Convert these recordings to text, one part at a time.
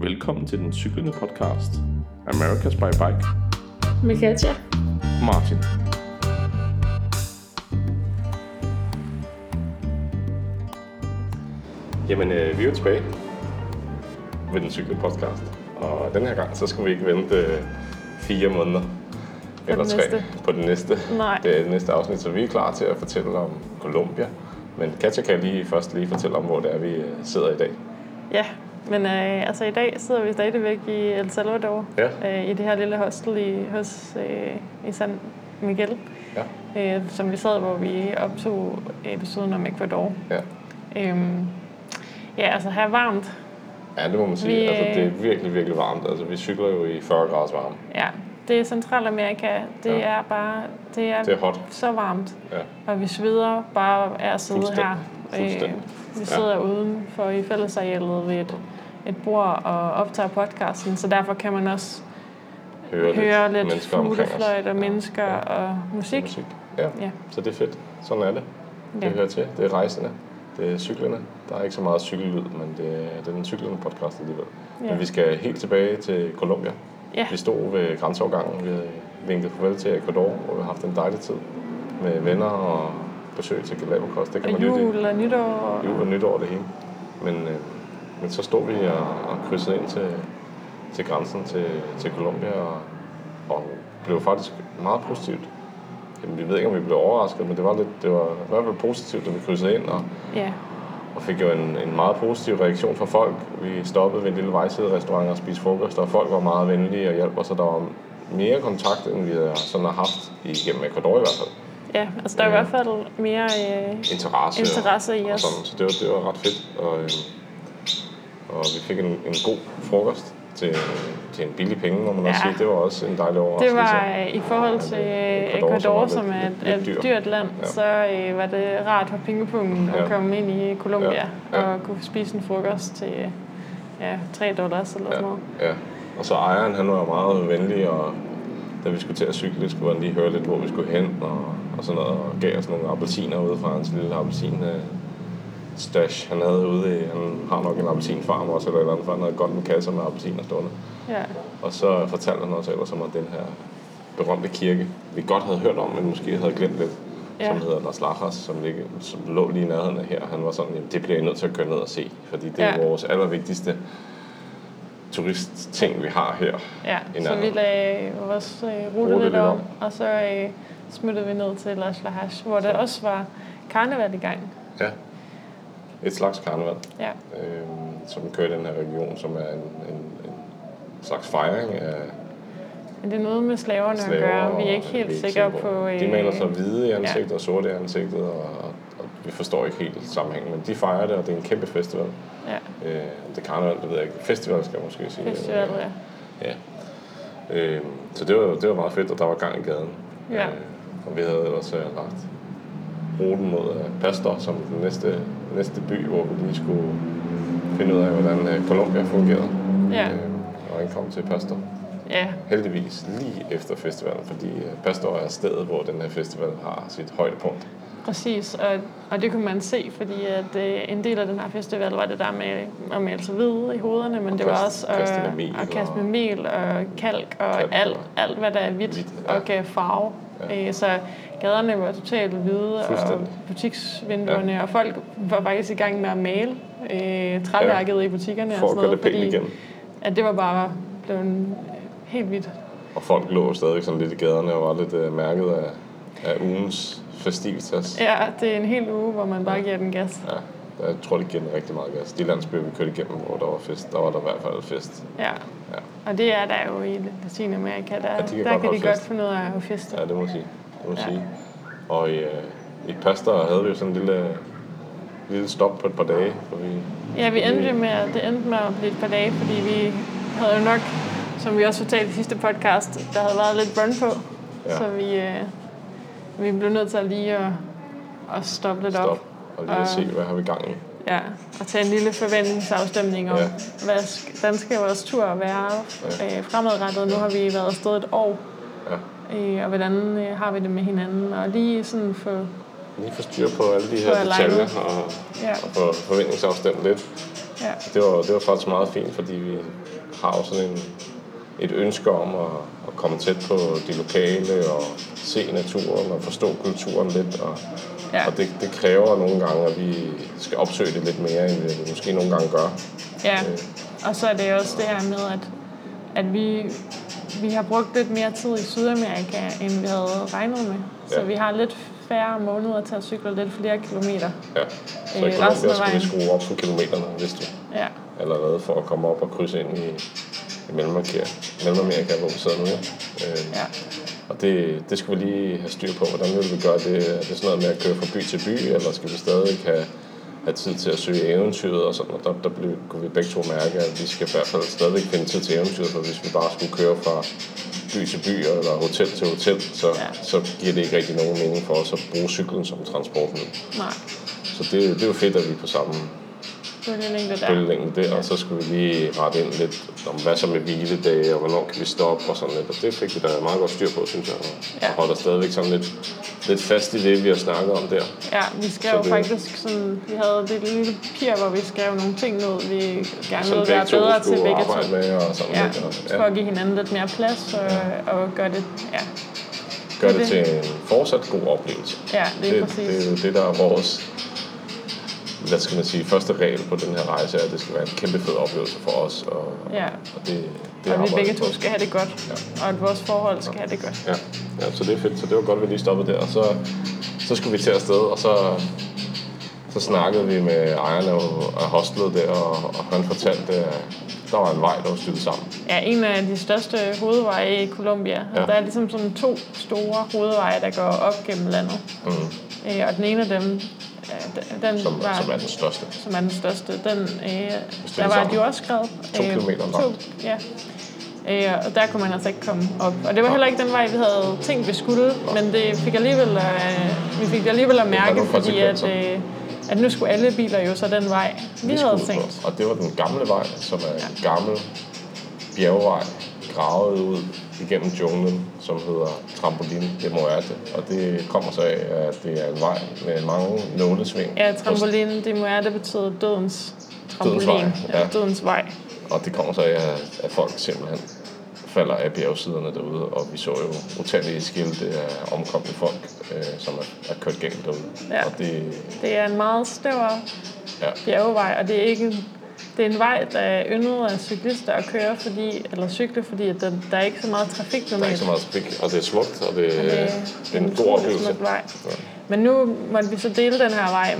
Velkommen til den cyklende podcast, America's by Bike. Med Katja. Martin. Jamen, vi er jo tilbage ved den cyklende podcast. Og den her gang, så skal vi ikke vente 4 måneder eller 3 på den næste. Nej. Det næste afsnit, så vi er klar til at fortælle om Colombia. Men Katja kan først lige fortælle om, hvor det er, vi sidder i dag. Ja, men i dag sidder vi stadigvæk i El Salvador, i det her lille hostel i San Miguel, som vi sad, hvor vi optog episoden om Ecuador. Ja, altså her er varmt. Ja, det må man sige. Det er virkelig, virkelig varmt. Altså, vi cykler jo i 40 graders varme. Ja, det er Centralamerika. Det er bare... Det er hot. Så varmt. Ja. Og vi sveder bare af at sidde her. Vi sidder udenfor i fællesarealet ved et bord og optager podcasten, så derfor kan man også høre lidt fuglefløjt og mennesker og musik. Ja, så det er fedt. Sådan er det. Det hører til. Det er rejsende. Det er cyklerne. Der er ikke så meget cykellyd, men det er den cyklende podcast alligevel. Ja. Men vi skal helt tilbage til Colombia. Ja. Vi stod ved grænseovergangen. Vi havde vinket farvel til Ecuador, hvor vi har haft en dejlig tid med venner og besøg til Galapagos. Det kan man jul og nytår. Jul og nytår det hele. Men så stod vi og krydsede ind til grænsen til Colombia og blev faktisk meget positivt. Jamen, vi ved ikke, om vi blev overrasket, men det var i hvert fald positivt, da vi krydsede ind og fik jo en meget positiv reaktion fra folk. Vi stoppede ved en lille vejside-restaurant og spiste frokost, og folk var meget venlige og hjalp os, så der var mere kontakt, end vi sådan har haft igennem Ecuador i hvert fald. Ja, altså der er i hvert fald mere interesse i os. Så det var ret fedt, og vi fik en god frokost til en billig penge, må man også sige. Det var også en dejlig overraskelse. Det var i forhold til Ecuador, som er et dyrt land, så var det rart for pengepungen at komme ind i Colombia og kunne spise en frokost til $3 eller sådan noget. Ja, og så ejeren, han var jo meget venlig, og da vi skulle til at cykle, skulle han lige høre lidt, hvor vi skulle hen, og sådan noget, og gav os nogle appelsiner ude fra hans lille appelsin stash, han havde ude i. Han har nok en appelsinfarm også, eller et eller andet, for han havde godt med kasser med appelsiner stående. Ja. Og så fortalte han også ellers om den her berømte kirke, vi godt havde hørt om, men måske havde glemt lidt, som hedder Las Lajas, som lå lige i nærheden af her. Han var sådan, det bliver I nødt til at køre ned og se, fordi det er vores allervigtigste turistting, vi har her. Ja, så vi lagde vores rute lidt om, og så smuttede vi ned til Las Lajas, hvor der også var karneval i gang. Ja. Et slags karneval, som kører i den her region, som er en slags fejring af... Men det er noget med slaverne at gøre. Vi er ikke helt sikre på... De maler sig hvide i ansigtet og sorte i ansigtet, og vi forstår ikke helt sammenhængen, men de fejrer det, og det er en kæmpe festival. Ja. Det er karneval, det ved jeg ikke. Festival skal jeg måske sige. Festival, ja. Så det var meget fedt, og der var gang i gaden. Ja. Og vi havde også lagt ruten mod Pastor som den næste by, hvor vi lige skulle finde ud af, hvordan Colombia fungerede. Ja. Og ankom til Pastor. Ja. Heldigvis lige efter festivalen, fordi Pastor er stedet, hvor den her festival har sit højdepunkt. Præcis, og det kunne man se, fordi at en del af den her festival var det der med at male sig hvide i hovederne, men det var også at kaste med mel og kalk og alt hvad der er hvidt og gav farve. Ja. Så gaderne var totalt hvide, og butiksvinduerne, og folk var faktisk i gang med at male træværket i butikkerne og sådan noget, fordi at det var bare blevet helt hvidt. Og folk lå stadig sådan lidt i gaderne og var lidt mærket af ugens festivitas. Ja, det er en hel uge, hvor man bare giver den gas. Ja, jeg tror, det giver den rigtig meget gas. De landsbyer, vi kørte igennem, hvor der var fest, der var der i hvert fald fest. Ja. Og det er der jo i Latinamerika. Der kan de godt finde ud af at feste. Ja, det må jeg sige. Og i Pastor havde vi jo sådan en lille stop på et par dage. Vi endte med at blive et par dage, fordi vi havde jo nok, som vi også fortalte i sidste podcast, der havde været lidt run på. Ja. Så vi blev nødt til at lige at stoppe lidt op. Og lige at se, hvad har vi gang i. Ja, og tage en lille forventningsafstemning om, hvordan skal vores tur være fremadrettet. Nu har vi været afsted et år, og hvordan har vi det med hinanden, og lige sådan få styr på alle de her detaljer, og få forventningsafstemt lidt. Ja. Det var faktisk meget fint, fordi vi har jo sådan et ønske om at komme tæt på de lokale og se naturen og forstå kulturen lidt. Og det kræver nogle gange, at vi skal opsøge det lidt mere, end vi måske nogle gange gør. Ja, og så er det også det her med, at vi har brugt lidt mere tid i Sydamerika, end vi havde regnet med. Så vi har lidt færre måneder til at cykle lidt flere kilometer. Ja, så i Colombia skal vi skrue op for kilometerne, hvis du allerede for at komme op og krydse ind i Mellemamerika, hvor vi sidder nu. Og det skal vi lige have styr på, hvordan vil vi gøre det. Er det sådan noget med at køre fra by til by, eller skal vi stadig have tid til at søge eventyret og sådan, og der kunne vi begge to mærke, at vi skal i hvert fald stadig finde tid til eventyret, for hvis vi bare skulle køre fra by til by eller hotel til hotel, så giver det ikke rigtig nogen mening for os at bruge cyklen som transportmiddel. Nej. Så det er jo fedt, at vi er på samme bølgelængde der, og så skulle vi lige rette ind lidt om hvad så med hviledage, og hvornår kan vi stoppe og sådan lidt, og det fik vi da meget godt styr på, synes jeg, og holder stadigvæk sådan lidt fast i det, vi har snakket om der. Ja, vi skrev faktisk sådan, vi havde det lille papir, hvor vi skrev nogle ting ned, vi gerne ville være bedre til begge to. Med og sådan lidt, for at give hinanden lidt mere plads og gøre det, gør det til en fortsat god oplevelse. Ja, det er præcis. Det er jo det, der er vores første regel på den her rejse, er, at det skal være en kæmpe fed oplevelse for os. Og det og vi begge to skal have det godt, og at vores forhold skal have det godt. Ja, så det er fedt. Så det var godt, at vi lige stoppede der. Og så skulle vi til afsted, og så snakkede vi med ejerne af hostlet der, og han fortalte, at der var en vej, der var stykket sammen. Ja, en af de største hovedveje i Colombia. Der er ligesom sådan 2 store hovedveje, der går op gennem landet. Og den ene af dem, som er den største. Som er den største. Der var de jo også skrevet. 2 kilometer langt. Og der kunne man altså ikke komme op. Og det var heller ikke den vej, vi havde tænkt, vi skulle. Men det fik vi fik alligevel at mærke, fordi at nu skulle alle biler jo så den vej, vi havde tænkt. Og det var den gamle vej, som er en gammel bjergvej, gravet ud igennem junglen, som hedder Trampolin de Muerte. Og det kommer så af, at det er en vej med mange nålesving. Ja, Trampolin de Muerte betyder dødens trampolin. Dødens vej. Og det kommer så af, at folk simpelthen falder af bjergsiderne derude, og vi så jo utallige skilte af omkomne folk, som er kørt galt derude. Ja. Og det er en meget større bjergvej, og det er en vej, der er yndet af cyklister at køre, cykle, fordi at der er ikke så meget trafik. Der er ikke så meget trafik, og det er smukt, og det er en god oplevelse. Ja. Men nu måtte vi så dele den her vej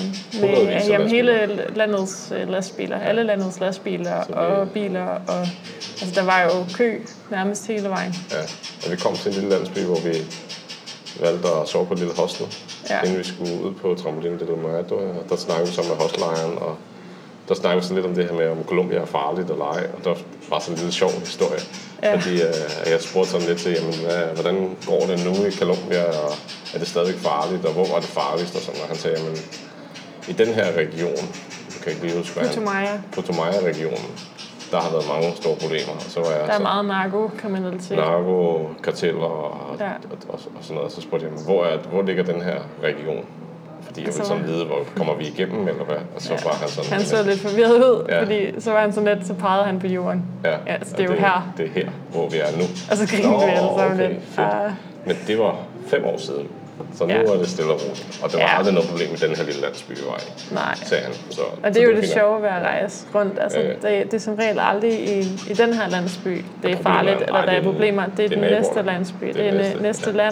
med hele landets lastbiler, alle landets lastbiler og biler, og altså der var jo kø nærmest hele vejen. Ja, og vi kom til en lille landsby, hvor vi valgte at sove på et lille hostel, inden vi skulle ud på Trampolin de Muerte, og der snakkede vi så med hostelejeren, og der snakkede vi sådan lidt om det her med, om Colombia er farligt eller ej, og der var sådan en lille sjov historie. Fordi jeg spurgte sådan lidt til, jamen, hvordan går det nu i Colombia, og er det stadig farligt, og hvor var det farligst, og sådan, og han sagde, jamen, i den her region, du kan ikke lige huske, Putumayo-regionen, der har været mange store problemer. Og så var jeg der er meget narko-kriminalitet. Narko-karteller og sådan noget. Så spurgte jeg, hvor ligger den her region? Fordi jeg ville sådan vide, hvor kommer vi igennem, eller hvad? Og så var han sådan... Han så lidt forvirret ud, fordi så var han sådan lidt, så pegede han på jorden. Ja, så det er jo her. Det er her, hvor vi er nu. Og så grinte vi alle sammen lidt. Men det var 5 år siden. Så nu er det stille og roligt. Og der var aldrig noget problem med den her lille landsbyvej, sagde han. Og det er jo det sjove ved at rejse rundt. Altså, det er som regel aldrig i den her landsby, det er farligt, eller der er problemer. Det er den næste landsby, det er næste land.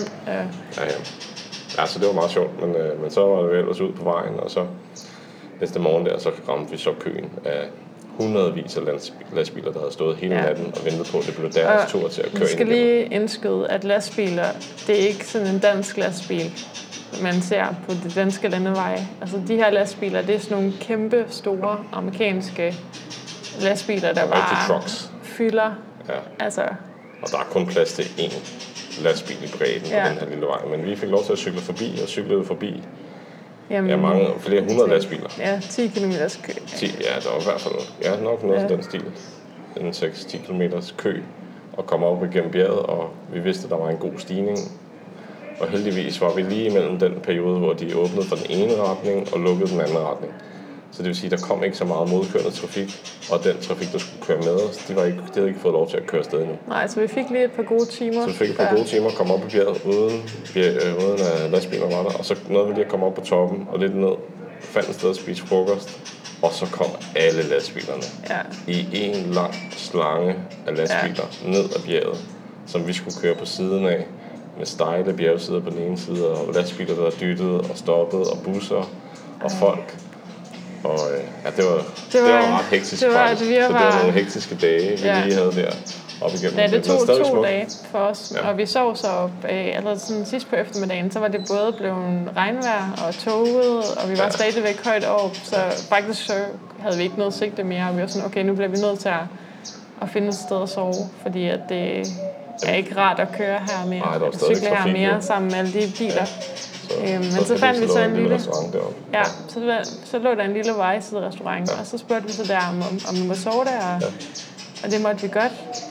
Ja, så det var meget sjovt, men så var det ellers ud på vejen, og så næste morgen der, så ramte vi så køen af hundredvis af lastbiler, der havde stået hele natten og ventet på, at det blev deres tur til at køre ind. Vi skal lige indskyde, at lastbiler, det er ikke sådan en dansk lastbil, man ser på de danske landeveje. Altså de her lastbiler, det er sådan nogle kæmpe, store amerikanske lastbiler, der bare fylder. Ja. Altså. Og der er kun plads til én lastbil i bredden på den her lille vej. Men vi fik lov til at cykle forbi, og cyklede forbi flere hundrede lastbiler. Ja, 10 kilometers kø. Der var i hvert fald nok noget af den stil. En 6-10 kilometers kø, og kom op igennem bjerget, og vi vidste, at der var en god stigning. Og heldigvis var vi lige imellem den periode, hvor de åbnede for den ene retning og lukkede den anden retning. Så det vil sige, at der kom ikke så meget modkørende trafik, og den trafik, der skulle køre med os, de havde ikke fået lov til at køre afsted endnu. Nej, så vi fik lige et par gode timer. Så vi fik et par gode timer, kom op på bjerget, uden at lastbiler var der, og så nåede vi lige at komme op på toppen og lidt ned, fandt et sted at spise frokost, og så kom alle lastbilerne i en lang slange af lastbiler ned ad bjerget, som vi skulle køre på siden af, med stejle bjergsider på den ene side, og lastbiler, der dyttede og stoppede, og busser og folk. Og det var ret hektisk faktisk. Så det var nogle hektiske dage, vi lige havde der op igennem. Ja, det tog 2 dage for os, og vi sov så op. Allerede sådan sidst på eftermiddagen, så var det både blevet regnvejr og tåget, og vi var stadigvæk højt op, så faktisk så havde vi ikke noget sigte mere, og vi var sådan, okay, nu bliver vi nødt til at finde et sted at sove, fordi at det er ikke rart at køre her mere, cykle her mere sammen med alle de biler. Men så fandt vi så en lille så lå der en lille vejside-restaurant, og så spurgte vi så der, om vi må sove der, og det måtte vi godt.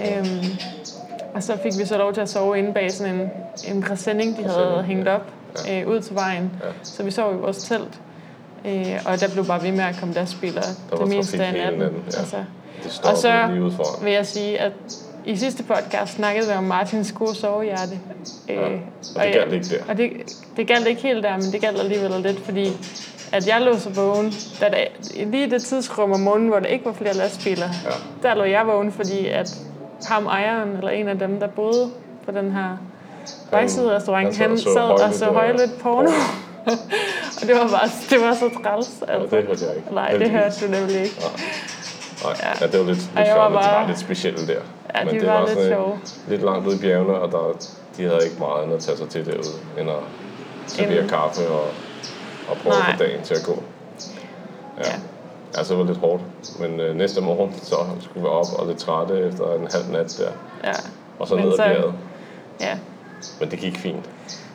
Og så fik vi så lov til at sove inde bag sådan en præsending, de havde hængt op ud til vejen. Så vi sov i vores telt, og der blev bare ved med at komme lastbiler det meste af natten. Og så vil jeg sige, at i sidste podcast snakkede vi om Martins gode sovehjerte. Og det galt ikke der. Og det galt ikke helt der, men det galt alligevel lidt, fordi at jeg lå så vågen, lige det tidsrum om morgenen, hvor der ikke var flere lastbiler, der lå jeg vågen, fordi at ham ejeren, eller en af dem, der boede på den her vejside-restaurant, han sad og så højlydt porno. Og det var så træls. Altså. Ja, det hørte jeg ikke. Nej, det hørte du nemlig ikke. Nej, det var lidt sjovt, det var lidt specielt der. Ja, men det var lidt sjovt. Lidt langt ude i bjergene, og de havde ikke meget andet at tage sig til derude, end at servere kaffe og prøve at få dagen til at gå. Ja. Altså, det var lidt hårdt. Men næste morgen, så skulle vi op og lidt trætte efter en halv nat der. Ja. Og så ned ad bjerget. Ja. Men det gik fint.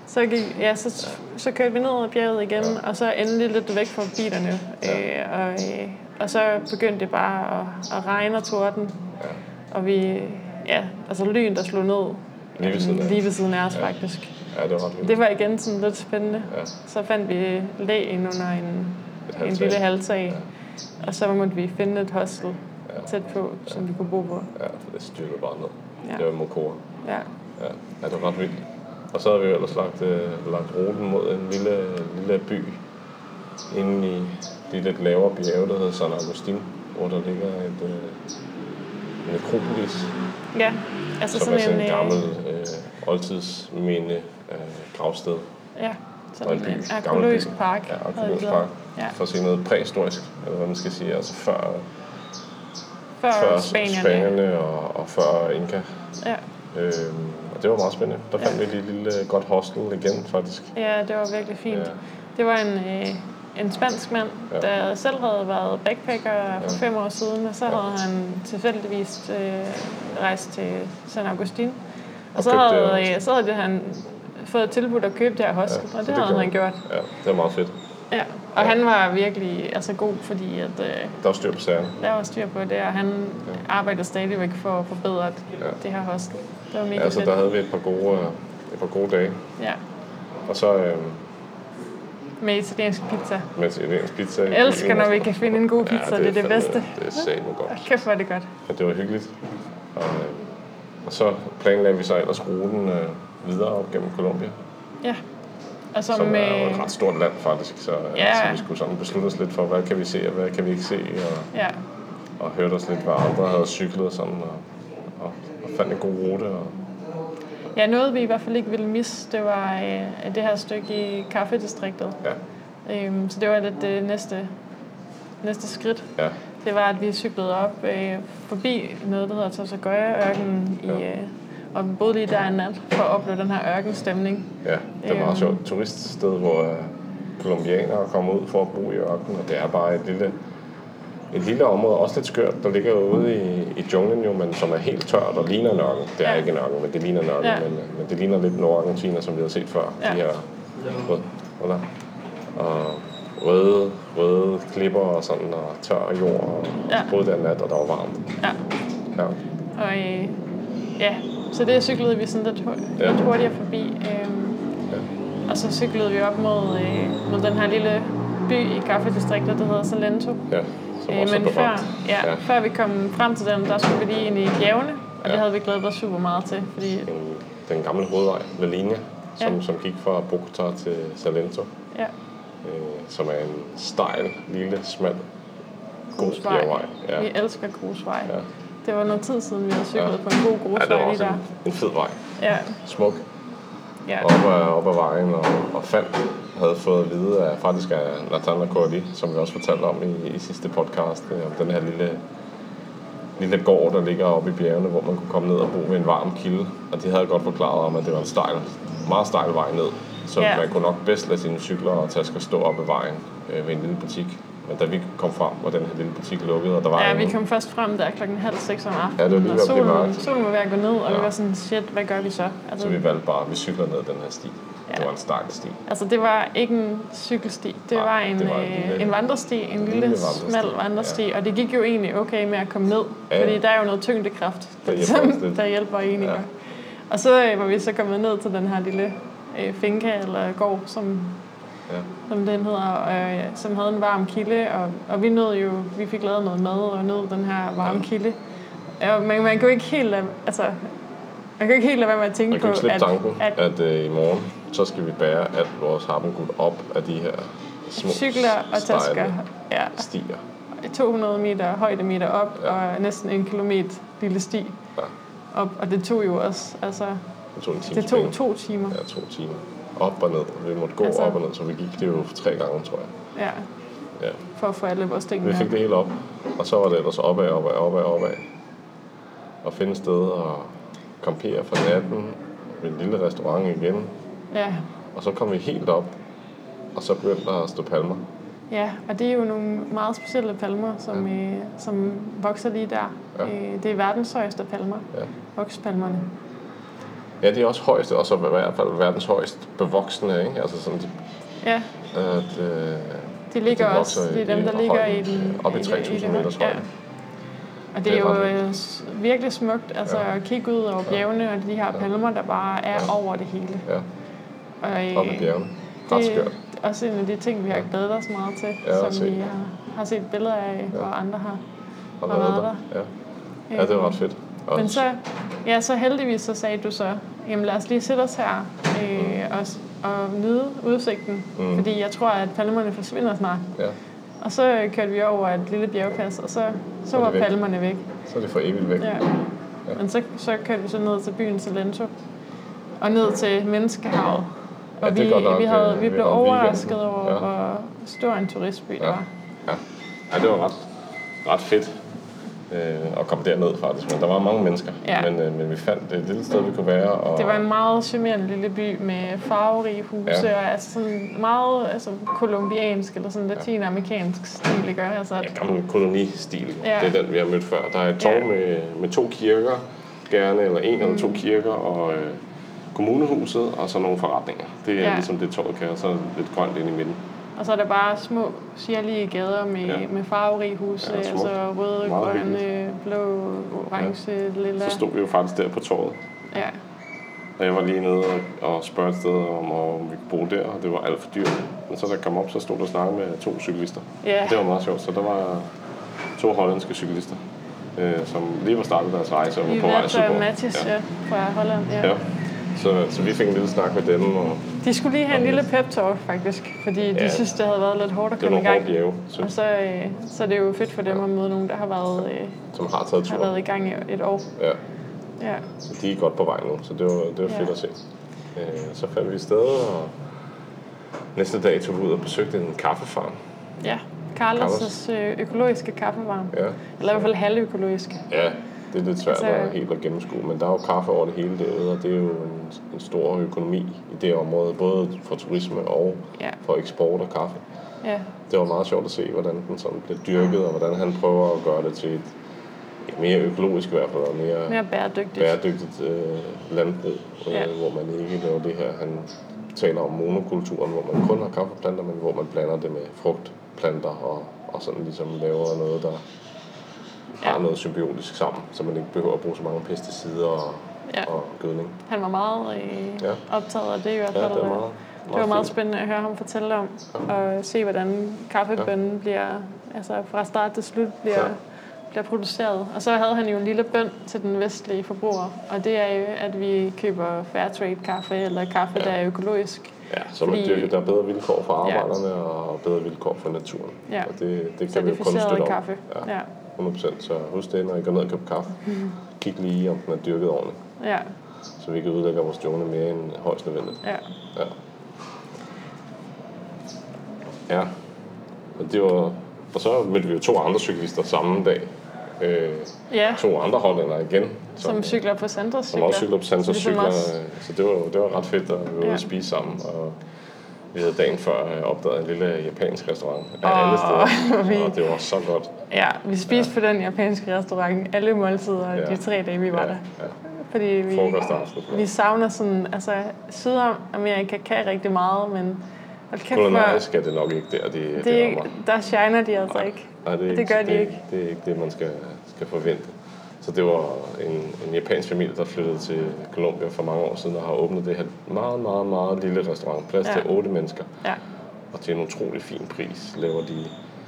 Så kørte vi ned ad bjerget igen, og så endelig lidt væk fra bilerne. Og så begyndte det bare at regne og torden. Ja. Og vi, altså lyn, der slog ned lige ved siden af os faktisk. Ja, det var ret vildt. Det var igen sådan lidt spændende. Ja. Så fandt vi læ ind under en lille halvtag. Ja. Og så måtte vi finde et hostel tæt på, som vi kunne bo på. Ja, for det styrede bare ned. Ja. Det var Mokora. Ja, det var ret vildt. Og så havde vi jo ellers lagt ruten mod en lille by inde i det lidt lavere bjerge, der hedder San Agustin, hvor der ligger en nekropolis. Ja, altså som sådan en gammel oldtidsminde gravsted. Ja, sådan en arkæologisk park. Ja, arkæologisk park. Ja. For at se noget præhistorisk, eller hvad man skal sige, altså før Spanierne og før Inka. Ja. Og det var meget spændende. Der fandt vi et lille godt hostel igen, faktisk. Ja, det var virkelig fint. Ja. Det var en spansk mand, der selv havde været backpacker for 5 år siden, og så havde han tilfældigvis rejst til San Agustin. Og så havde han fået tilbudt at købe det her hostel, og det havde han gjort. Ja, det var meget fedt. Ja, og han var virkelig god, fordi at der var styr på sagerne. Der var styr på det, og han arbejder stadigvæk for at forbedre det her hostel. Det var mega fedt. Så der havde vi et par gode dage. Ja. Og så med italiensk pizza. Med italiensk pizza. Jeg elsker, når vi kan finde en god pizza. Det er det bedste. Det er satme godt. Kæft, hvor er det godt. Ja, det var hyggeligt. Og så planlagde vi så ellers ruten videre op gennem Colombia. Ja. Og som er jo et ret stort land faktisk, så vi skulle sådan beslutte os lidt for, hvad kan vi se og hvad kan vi ikke se, og hørte os lidt, hvad andre havde cyklet og sådan, og fandt en god rute. Ja, noget vi i hvert fald ikke ville misse, det var det her stykke i kaffedistriktet. Ja. Så det var lidt det næste skridt. Ja. Det var, at vi cyklede op forbi noget, der hedder Tosagøya-ørkenen og vi boede lige der en nat for at opleve den her ørkenstemning. Ja, det er meget sjovt turiststed, hvor colombianere kommer ud for at bo i ørkenen, og det er bare et lille område, også lidt skørt, der ligger ude i junglen jo, men som er helt tørt og ligner en ørken. Det er ikke en ørken, men det ligner en ørken, men det ligner lidt Nordargentina, som vi har set før. Ja. De her røde klipper og sådan, og tør jord, og både den nat, og der var varmt. Ja. Og så det cyklede vi sådan lidt hurtigere forbi. Og så cyklede vi op mod den her lille by i kaffedistriktet, der hedder Salento. Ja, som også men før vi kom frem til den, der skulle vi lige ind i bjergene, og det havde vi glædet os super meget til. Fordi den gamle hovedvej, La Linea, som gik fra Bogota til Salento. Ja. Som er en stejl, lille, smal grusvej. Ja. Vi elsker grusvej. Ja. Det var noget tid siden, vi havde cyklet på en god grusvej. Ja, det var også en fed vej. Ja. Smuk. Ja. Op ad vejen, og havde fået at vide faktisk af Nathan Cordy, som vi også fortalte om i sidste podcast, om den her lille gård, der ligger oppe i bjergene, hvor man kunne komme ned og bo ved en varm kilde. Og de havde godt forklaret om, at det var en meget stejl vej ned. Så man kunne nok bedst lade sine cykler og tasker stå op ad vejen ved en lille butik. Men da vi kom frem, var den her lille butik lukket, og der var vi kom først frem der 5:30 om aftenen. Ja, det var lige solen var ved at gå ned, og vi var sådan, shit, hvad gør vi så? Altså, så vi valgte bare, vi cykler ned den her sti. Ja. Det var en stejl sti. Altså, det var ikke en cykelsti. Det var en vandresti, en lille smal vandresti, og det gik jo egentlig okay med at komme ned, fordi der er jo noget tyngdekraft, der hjælper egentlig. Ja. Og så var vi så kommet ned til den her lille finca eller gård, som den hedder, som havde en varm kilde, og vi fik lavet noget mad og nød den her varme kilde. Man kan jo ikke helt lade være med at tænke på, at i morgen, så skal vi bære alt vores harmengud op af de her små cykler og tasker stier. 200 meter højdemeter op, og næsten 1 kilometer lille sti op, og det tog jo også, altså, det tog 2 timer. Ja, 2 timer. Op og ned. Vi måtte gå op og ned, så vi gik det jo 3 gange, tror jeg. Ja. For at få alle vores ting med. Vi fik det hele op, og så var det ellers opad. Og finde sted og campere for natten ved en lille restaurant igen. Ja. Og så kom vi helt op, og så begyndte der at stå palmer. Ja, og det er jo nogle meget specielle palmer, som vokser lige der. Ja. Det er verdens højeste palmer, vokspalmerne. Ja, det er også højeste, og så i hvert fald verdens højst bevoksende, ikke? Altså sådan de ligger også, det er dem, der ligger i den... Op i 3.000 meters højde. Og det er jo virkelig smukt, altså at kigge ud over bjergene, og de her palmer, der bare er over det hele. Ja, op i bjergene. Ret skørt. Det er også en af de ting, vi har glædet os meget til, som vi har set billeder af, hvor andre har været der. Ja, det var ret fedt. Men så heldigvis så sagde du så, jamen lad os lige sætte os her og nyde udsigten, fordi jeg tror, at palmerne forsvinder snart. Ja. Og så kørte vi over et lille bjergpas, og så var palmerne væk. Så er det for evigt væk. Ja. Men så kørte vi så ned til byen Salento, og ned til Menneskehavet. Og vi blev overrasket over, hvor stor en turistby det var. Ja, det var ret fedt at komme derned faktisk, men der var mange mennesker. Ja. Men vi fandt et lille sted, vi kunne være. Og det var en meget charmerende lille by med farverige huse, og altså sådan meget kolumbiansk eller sådan latinamerikansk stil, ikke? Altså gammel kolonistil. Ja. Det er den, vi har mødt før. Der er et torv med 2 kirker, gerne, eller 1 eller 2 kirker, og kommunehuset, og så nogle forretninger. Det er ligesom det torvet kan, og så lidt grønt ind i midten. Og så er der bare små, sirlige gader med farverige huse, altså røde, grønne, blå, orange, lilla. Så stod vi jo faktisk der på torvet. Ja. Og jeg var lige nede og spørge et sted om vi kunne bo der, og det var alt for dyrt. Men så da jeg kom op, så stod der og snakkede med 2 cyklister. Ja. Det var meget sjovt. Så der var 2 hollandske cyklister, som lige var startet deres rejse og var på vej sydpå. Mattis fra Holland, ja. Så vi fik en lille snak med dem. Og de skulle lige have en lille pep-talk, faktisk, fordi de synes, det havde været lidt hårdt at komme i gang. Bjerge, og så er det jo fedt for dem at møde nogen, der har været, som har taget tur. Har været i gang i et år. Ja. Så de er godt på vej nu, så det var fedt at se. Så fandt vi et sted, og næste dag tog vi ud og besøgte en kaffefarm. Ja, Carlos' økologiske kaffefarm. Ja. Eller i hvert fald halvøkologisk. Ja. Det er lidt svært at helt at gennemskue, men der er jo kaffe over det hele derude, og det er jo en stor økonomi i det område, både for turisme og for eksport af kaffe. Ja. Det var meget sjovt at se, hvordan den sådan blev dyrket, og hvordan han prøver at gøre det til et mere økologisk i hvert fald, og mere bæredygtigt landbrug, hvor man ikke laver det her. Han taler om monokulturen, hvor man kun har kaffeplanter, men hvor man blander det med frugtplanter og sådan ligesom laver noget, der har noget symbiotisk sammen, så man ikke behøver at bruge så mange pesticider og gødning. Han var meget optaget af det i hvert fald. Det var meget spændende at høre ham fortælle om, og se, hvordan kaffebønnen bliver, altså fra start til slut bliver produceret. Og så havde han jo en lille bøn til den vestlige forbruger, og det er jo, at vi køber Fairtrade kaffe, eller kaffe, der er økologisk. Ja, så der er bedre vilkår for arbejderne og bedre vilkår for naturen. Ja. Og det kan vi jo kun støtte kaffe. Ja, 100%. Så husk det, når I går ned og køber kaffe. Kig lige, om den er dyrket ordentligt. Ja. Så vi kan udlægge vores jungle mere end højst nødvendigt. Ja. Og så mødte vi jo 2 andre cyklister samme dag. 2 andre hollændere igen. Som cykler på Santos cykler. Som også cykler på Santos cykler. Så det var ret fedt, at vi var ude at spise sammen. Og vi havde dagen før opdaget en lille japansk restaurant af alle steder. Og det var så godt. Ja, vi spiste på den japanske restaurant alle måltider de 3 dage, vi var der. Ja. Fordi vi savner sådan, altså Sydamerika kan rigtig meget, men kulinarisk er det nok ikke der, der shiner de altså ikke. Nej, det gør de ikke. Det er ikke det, man skal forvente. Så det var en japansk familie, der flyttede til Colombia for mange år siden og har åbnet det her meget, meget, meget lille restaurant. Plads til 8 mennesker. Ja. Og til en utrolig fin pris laver de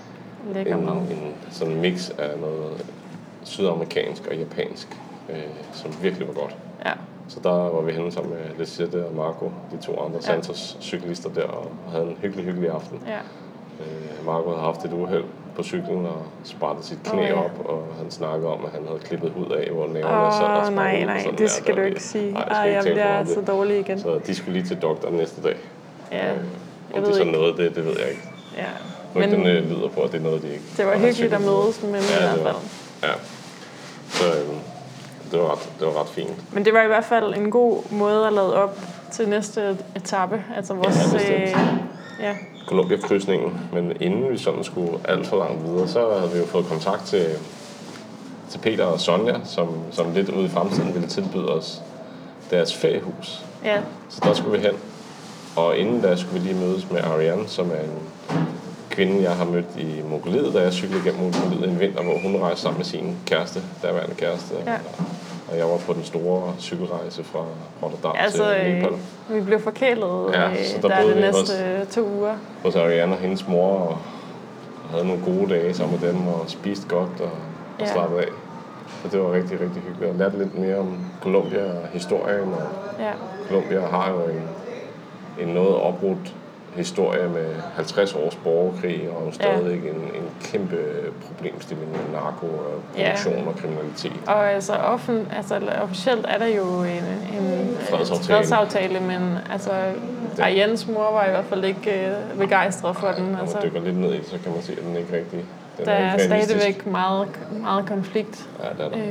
en sådan mix af noget sydamerikansk og japansk, som virkelig var godt. Ja. Så der var vi henne sammen med Lisette og Marco, de 2 andre Santos cyklister der, og havde en hyggelig aften. Ja. Marco havde haft et uheld på cyklen og sprættet sit knæ op, og han snakkede om, at han havde klippet hud af, hvor nævnerne sad og nej, det skal du ikke sige. Jeg bliver så dårlig igen. Så de skulle lige til doktoren næste dag. Ja. Om det er sådan noget, det ved jeg ikke. Ja. Men den lyder på, at det er noget, de ikke... Det var hyggeligt at mødes med dem i hvert fald. Ja. Så det var ret fint. Men det var i hvert fald en god måde at lade op til næste etape. Altså vores... Colombia-krydsningen. Men inden vi sådan skulle alt for langt videre, så havde vi jo fået kontakt til Peter og Sonja, som lidt ude i fremtiden ville tilbyde os deres feriehus. Ja. Så der skulle vi hen. Og inden da skulle vi lige mødes med Ariane, som er en kvinde, jeg har mødt i Mongoliet, da jeg cyklede igennem Mongoliet en vinter, hvor hun rejste sammen med sin daværende kæreste. Ja. Og jeg var på den store cykelrejse fra Rotterdam til Nepal. Vi blev forkælet der de næste 2 uger. Hos Ariane og hendes mor, og havde nogle gode dage sammen med dem, og spiste godt og slappede af. Så det var rigtig, rigtig hyggeligt. Jeg lærte lidt mere om Colombia og historien. Og Colombia har jo en noget oprudt historie med 50 års borgerkrig, og stadig en kæmpe problemstilling med narkoproduktion og kriminalitet. Og altså, officielt er der jo en fredsaftale, men altså, Arianes mor var i hvert fald ikke begejstret for den. Når man dykker lidt ned i det, så kan man se, at den ikke rigtig... Der er stadigvæk meget konflikt. Ja, det er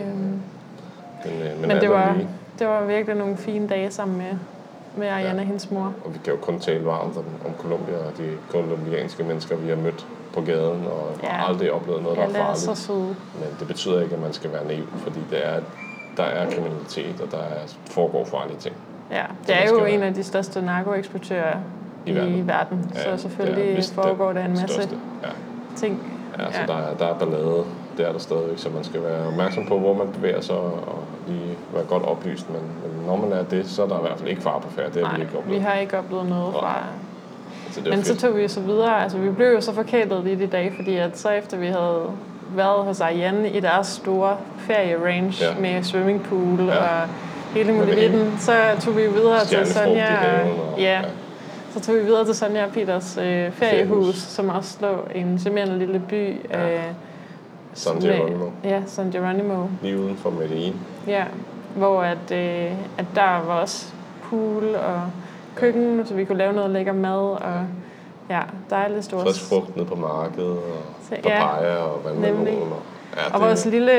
der. Men det var virkelig nogle fine dage sammen med Ariane og hendes mor. Og vi kan jo kun tale varmt om Colombia og de colombianske mennesker, vi har mødt på gaden, og aldrig oplevet noget, der er farligt. Så søde. Men det betyder ikke, at man skal være naiv, fordi der er kriminalitet, og der foregår farlige ting. Ja, det er jo en af de største narkoeksportører i verden. Så selvfølgelig foregår der en masse ting. Ja, så der er ballade. Det er der stadigvæk, så man skal være opmærksom på, hvor man bevæger sig, og lige være godt oplyst. Men når man er det, så er der i hvert fald ikke fare på færd. Det har vi ikke oplevet. Vi har ikke oplevet noget fra... Men så tog vi så videre. Altså, vi blev jo så forkælet lidt i dag, fordi at så efter vi havde været hos Ariane i deres store ferierange med swimmingpool og hele muligheden, så tog vi videre til Sonja. Så tog vi videre til Sonja og Peters feriehus, som også lå i en charmerende lille by. San Geronimo. Ja, San Geronimo. Lige uden for Medellin. Ja, hvor at der var også pool og køkken, så vi kunne lave noget lækker mad, og dejligt stort. Frisk frugt ned på markedet, og papaya og vandmelon. Og vores lille,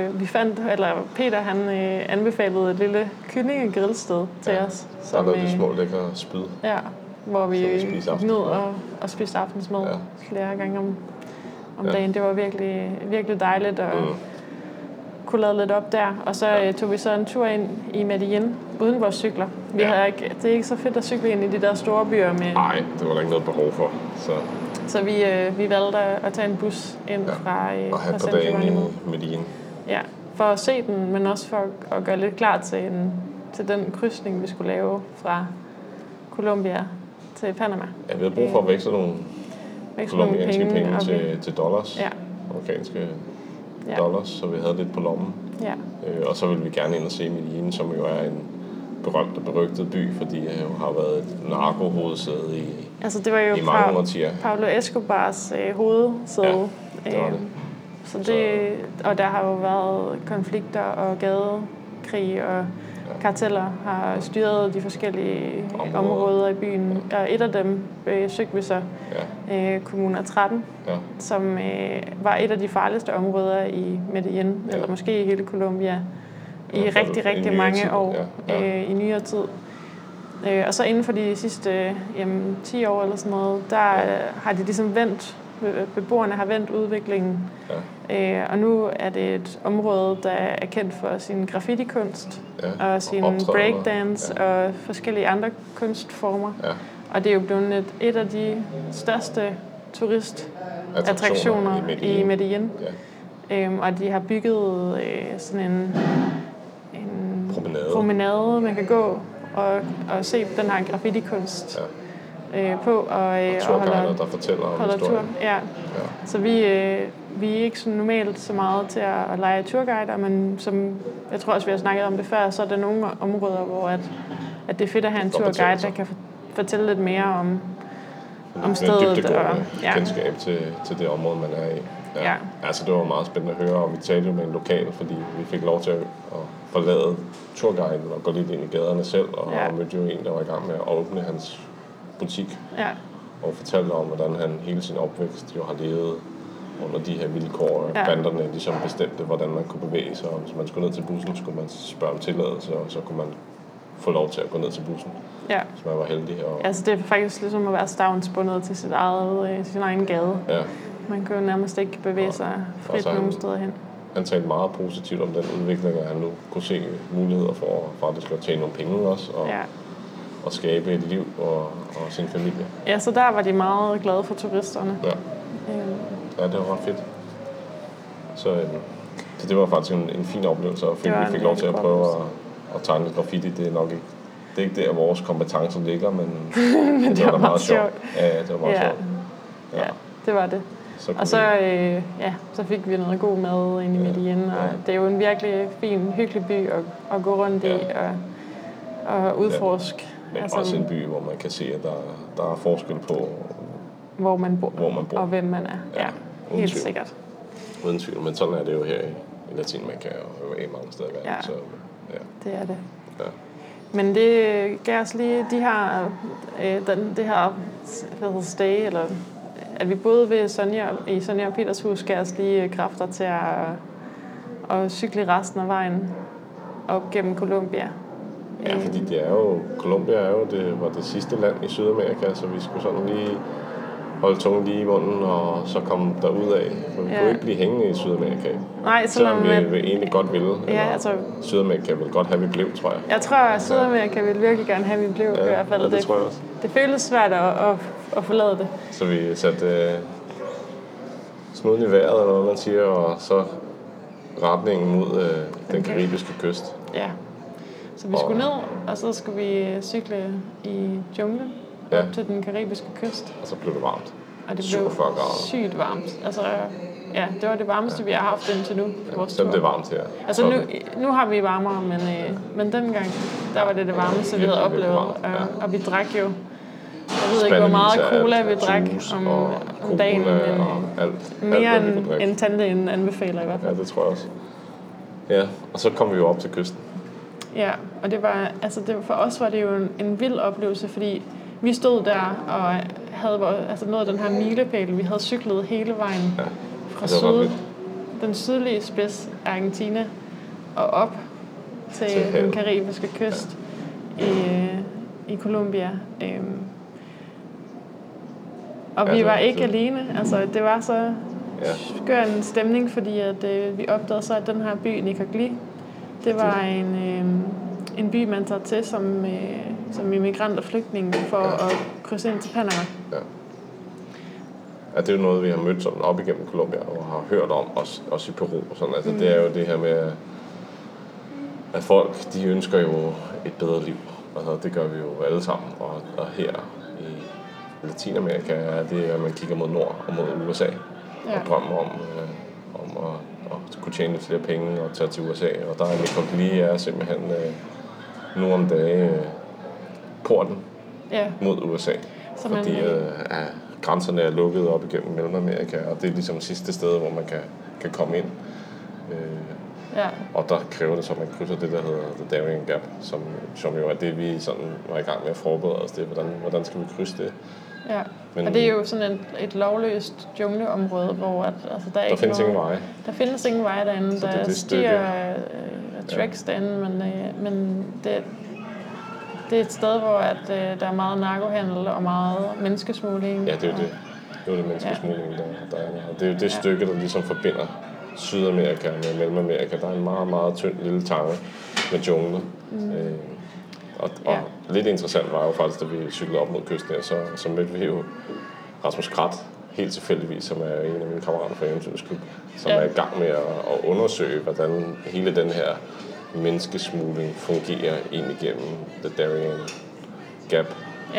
Peter han anbefalede et lille kyllingegrillsted til os. Der er de små lækre spyd. Ja, hvor vi ned og spiste aftensmad flere gange om dagen. Det var virkelig, virkelig dejligt at kunne lade lidt op der. Og så tog vi så en tur ind i Medellin uden vores cykler. Det er ikke så fedt at cykle ind i de der store byer med... Nej, det var der ikke noget behov for. Så vi valgte at tage en bus ind fra San Geronimo. I Medellin. Ja, for at se den, men også for at gøre lidt klar til den krydsning, vi skulle lave fra Colombia til Panama. Ja, vi havde brug for at veksle nogle colombianske penge til dollars. Ja. Amerikanske dollars, så vi havde lidt på lommen. Ja. Og så ville vi gerne ind og se Medellin, som jo er en berømt og berygtet by, fordi det jo har været et narko-hovedsæde det var jo i mange årtier. Pablo Escobars hovedsæde. Ja, det var det. Og der har jo været konflikter og gadekrig og karteller har styret de forskellige områder i byen. Og et af dem søgte vi så, Kommuna 13, som var et af de farligste områder i Medellin, eller måske i hele Colombia, i rigtig mange år i nyere tid. Og så inden for de sidste 10 år eller sådan noget, der har de ligesom vendt, beboerne har vendt udviklingen. Og nu er det et område, der er kendt for sin graffiti-kunst og sin breakdance og forskellige andre kunstformer. Og det er jo blevet et af de største turistattraktioner i Medellin. Og de har bygget sådan en promenade, man kan gå og se den her graffiti-kunst på. Og turguider, der fortæller om historien. Så vi er ikke så normalt så meget til at lege turguider, men som jeg tror også, vi har snakket om det før, så er der nogle områder, hvor at det er fedt at have en turguide, der kan fortælle lidt mere om stedet. Og kendskab til det område, man er i. Altså, det var meget spændende at høre, og vi talte jo med en lokal, fordi vi fik lov til at forlade turguiden og gå lidt ind i gaderne selv, og mødte jo en, der var i gang med at åbne hans butik. Og fortalte om, hvordan han hele sin opvækst jo har levet under de her vilkår. Banderne ligesom bestemte, hvordan man kunne bevæge sig. Og hvis man skulle ned til bussen, skulle man spørge om tilladelse, og så kunne man få lov til at gå ned til bussen. Hvis man var heldig. Altså det er faktisk ligesom at være stavnsbundet til sin egen gade. Man kan jo nærmest ikke bevæge sig frit nogen steder hen. Han talte meget positivt om den udvikling, at han nu kunne se muligheder for faktisk at tjene nogle penge også. Og skabe et liv og sin familie. Ja, så der var de meget glade for turisterne. Ja, det var ret fedt. Så det var faktisk en fin oplevelse, og vi fik lov til at prøve at tegne lidt graffiti. Det er ikke der, vores kompetencer ligger, men det var meget sjovt. Ja, det var meget sjovt. Ja, det var det. Så fik vi noget god mad inde i Medellin, og det er jo en virkelig fin, hyggelig by at gå rundt i og udforske. Men også en by, hvor man kan se, at der er forskel på, hvor man bor og hvem man er. Ja, helt tvivl. sikkert. Uden tvivl, men sådan er det jo her i Latinamerika og i mange steder i verden. Så, det er det. Ja. Men det gav os lige det her stay, eller at vi boede ved Sonja og Peters hus, gav os lige kræfter til at cykle resten af vejen op gennem Colombia. Ja, fordi Colombia var det sidste land i Sydamerika, så vi skulle sådan lige holde tungen lige i munden, og så komme derud af. For vi kunne ikke blive hængende i Sydamerika. Nej, selvom vi egentlig godt ville. Sydamerika ville godt have, vi blev, tror jeg. Jeg tror, at Sydamerika ville virkelig gerne have, vi blev i hvert fald. Det tror jeg også. Det føles svært at forlade det. Så vi satte snuden i vejret, eller hvad man siger, og så retningen mod den karibiske kyst. Ja. Så vi skulle ned, og så skulle vi cykle i junglen op til den karibiske kyst. Og så blev det varmt. Og det blev sygt varmt. Altså, det var det varmeste, vi har haft indtil nu på vores tur. Det er varmt her. Altså nu har vi varmere, men dengang, der var det varmeste, vi havde oplevet. Og vi drak jo, jeg ved ikke, hvor meget cola vi drak om dagen, men mere end tante anbefaler i hvert fald. Ja, det tror jeg også. Ja, og så kom vi jo op til kysten. Ja, og for os var det jo en vild oplevelse, fordi vi stod der og havde nået den her milepæl. Vi havde cyklet hele vejen fra den sydlige spids af Argentina og op til den karibiske kyst i Colombia. Og vi var ikke alene. Altså, det var så skør en stemning, fordi at, vi opdagede så, at den her by, Necoclí, det var en by, man tager til som immigrant og flygtning for at krydse ind til Panama. Ja, det er jo noget, vi har mødt sådan op igennem Colombia og har hørt om, også i Peru og sådan. Altså, det er jo det her med, at folk, de ønsker jo et bedre liv. Altså, det gør vi jo alle sammen. Og her Latinamerika er det, at man kigger mod nord og mod USA. Og drømmer om at kunne tjene flere penge og tage til USA. Og der er Nicole Lee er simpelthen nu om dagen porten mod USA. Så fordi grænserne er lukket op igennem Mellemamerika, og det er ligesom sidste sted, hvor man kan komme ind. Og der kræver det så, at man krydser det, der hedder The Darien Gap, som jo er det, vi sådan var i gang med at forberede os til. Hvordan skal vi krydse det? Ja, men, og det er jo sådan et lovløst jungleområde, hvor der findes ingen veje. Der findes ingen veje derinde. Der stiger tracks derinde, men det er et sted, hvor der er meget narkohandel og meget menneskesmugling. Ja, det er jo det. Det er jo det menneskesmugling, der er. Og det er jo det stykke, der ligesom forbinder Sydamerika med Mellemamerika. Der er en meget, meget tynd lille tange med jungle. Og lidt interessant var jo faktisk, da vi cyklede op mod kysten her, så mødte vi jo Rasmus Krat, helt tilfældigvis, som er en af mine kammerater fra Eventyrets Klub, som er i gang med at undersøge, hvordan hele den her menneskesmugling fungerer ind igennem The Darien Gap.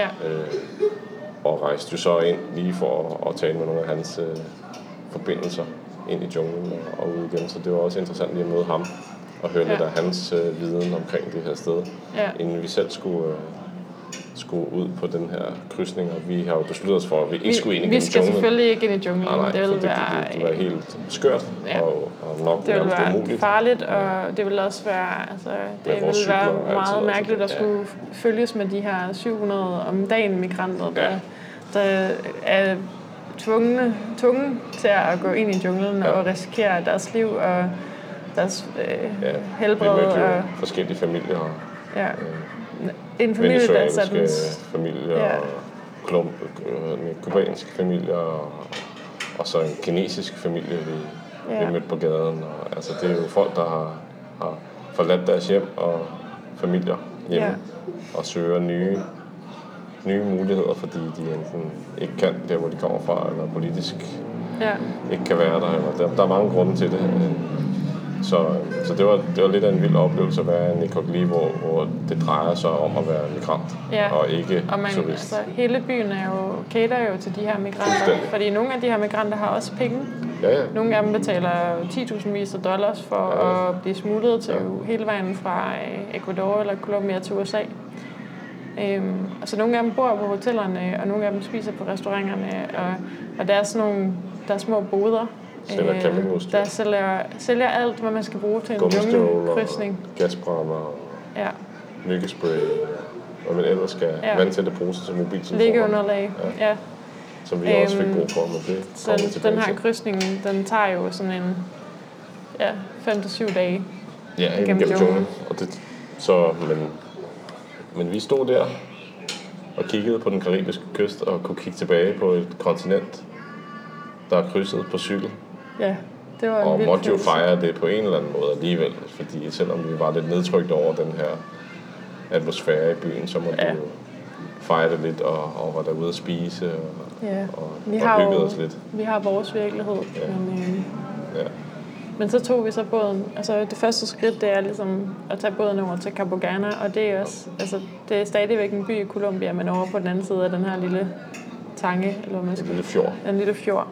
Og rejste jo så ind lige for at tale med nogle af hans forbindelser ind i junglen og ud igen. Så det var også interessant lige at møde ham og høre lidt af hans viden omkring det her sted, inden vi selv skulle ud på den her krydsning. Og vi har jo besluttet os for, at vi ikke skulle ind i junglen. Vi skal selvfølgelig ikke ind i junglen. Nej, det ville være helt skørt og nok det ville være umuligt. Farligt, og det ville også være, det ville være meget mærkeligt at skulle følges med de her 700 om dagen migranter, der er tvunget til at gå ind i junglen og risikere deres liv og deres helbred. Vi mødte jo forskellige familier. En familie, der satte familier, kubanske familier, og så en kinesisk familie, vi mødte på gaden. Og, det er jo folk, der har forladt deres hjem og familier hjemme og søger nye muligheder, fordi de enten ikke kan der, hvor de kommer fra, eller politisk ikke kan være der. Eller der er mange grunde til det. Så det var lidt af en vild oplevelse at være i Nicole Lee, hvor det drejer sig om at være migrant og ikke turist. Hele byen cater jo til de her migranter, fordi nogle af de her migranter har også penge. Nogle af dem betaler $10,000 for at blive smuglet til hele vejen fra Ecuador eller Colombia til USA. Så nogle af dem bor på hotellerne, og nogle af dem spiser på restauranterne, og der er sådan nogle små boder, der sælger alt, hvad man skal bruge til en junglekrydsning. Gasbrænder, myggespray, og man ellers skal vandtætte poser til mobiltelefoner. Liggeunderlag, som vi også fik brug for, men det kommer vi tilbage den her krydsning, den tager jo sådan en 5 til 7 dage gennem junglen. Men vi stod der og kiggede på den karibiske kyst og kunne kigge tilbage på et kontinent, der er krydset på cykel. Ja, det var og måtte jo fejre det på en eller anden måde alligevel, fordi selvom vi var lidt nedtrykt over den her atmosfære i byen, så måtte vi jo fejre det lidt og var derude at spise og hyggede os lidt. Vi har vores virkelighed, men så tog vi så båden. Det første skridt, det er ligesom at tage båden over til Capogana, og det er også, det er stadigvæk en by i Colombia, men over på den anden side af den her lille tange, eller hvad man skal. En lille fjord.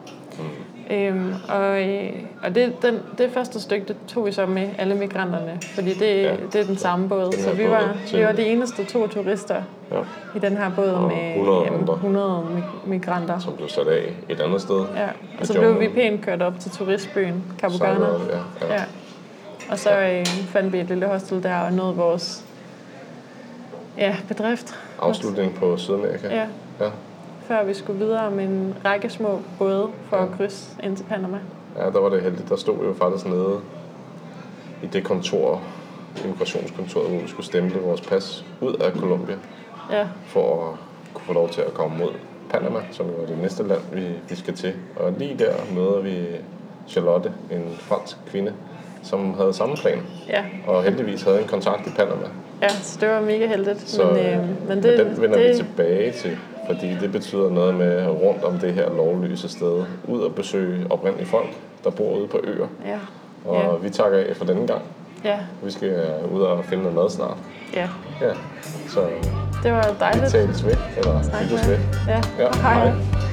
Og det første stykke, det tog vi så med alle migranterne, fordi det er den samme båd. Så vi var de eneste 2 turister i den her båd med 100 migranter. Som blev sat af et andet sted. Ja, og så blev vi pænt kørt op til turistbyen Capogana. Og så fandt vi et lille hostel der og nåede vores bedrift. Afslutning på Sydamerika. Ja. Før vi skulle videre med en række små både for at krydse ind til Panama. Ja, der var det heldigt. Der stod vi jo faktisk nede i det kontor, immigrationskontoret, hvor vi skulle stemple vores pas ud af Colombia. For at kunne få lov til at komme mod Panama, som jo er det næste land, vi skal til. Og lige der møder vi Charlotte, en fransk kvinde, som havde samme plan. Og heldigvis havde en kontakt i Panama. Ja, så det var mega heldigt. Men den vender vi tilbage til. Fordi det betyder noget med rundt om det her lovløse sted. Ud og besøge oprindelige folk, der bor ude på øer. Og vi takker af for denne gang. Vi skal ud og finde noget mad snart. Så Det var dejligt. Vi tales ved, eller lyttes ved. Ja, ja, hej.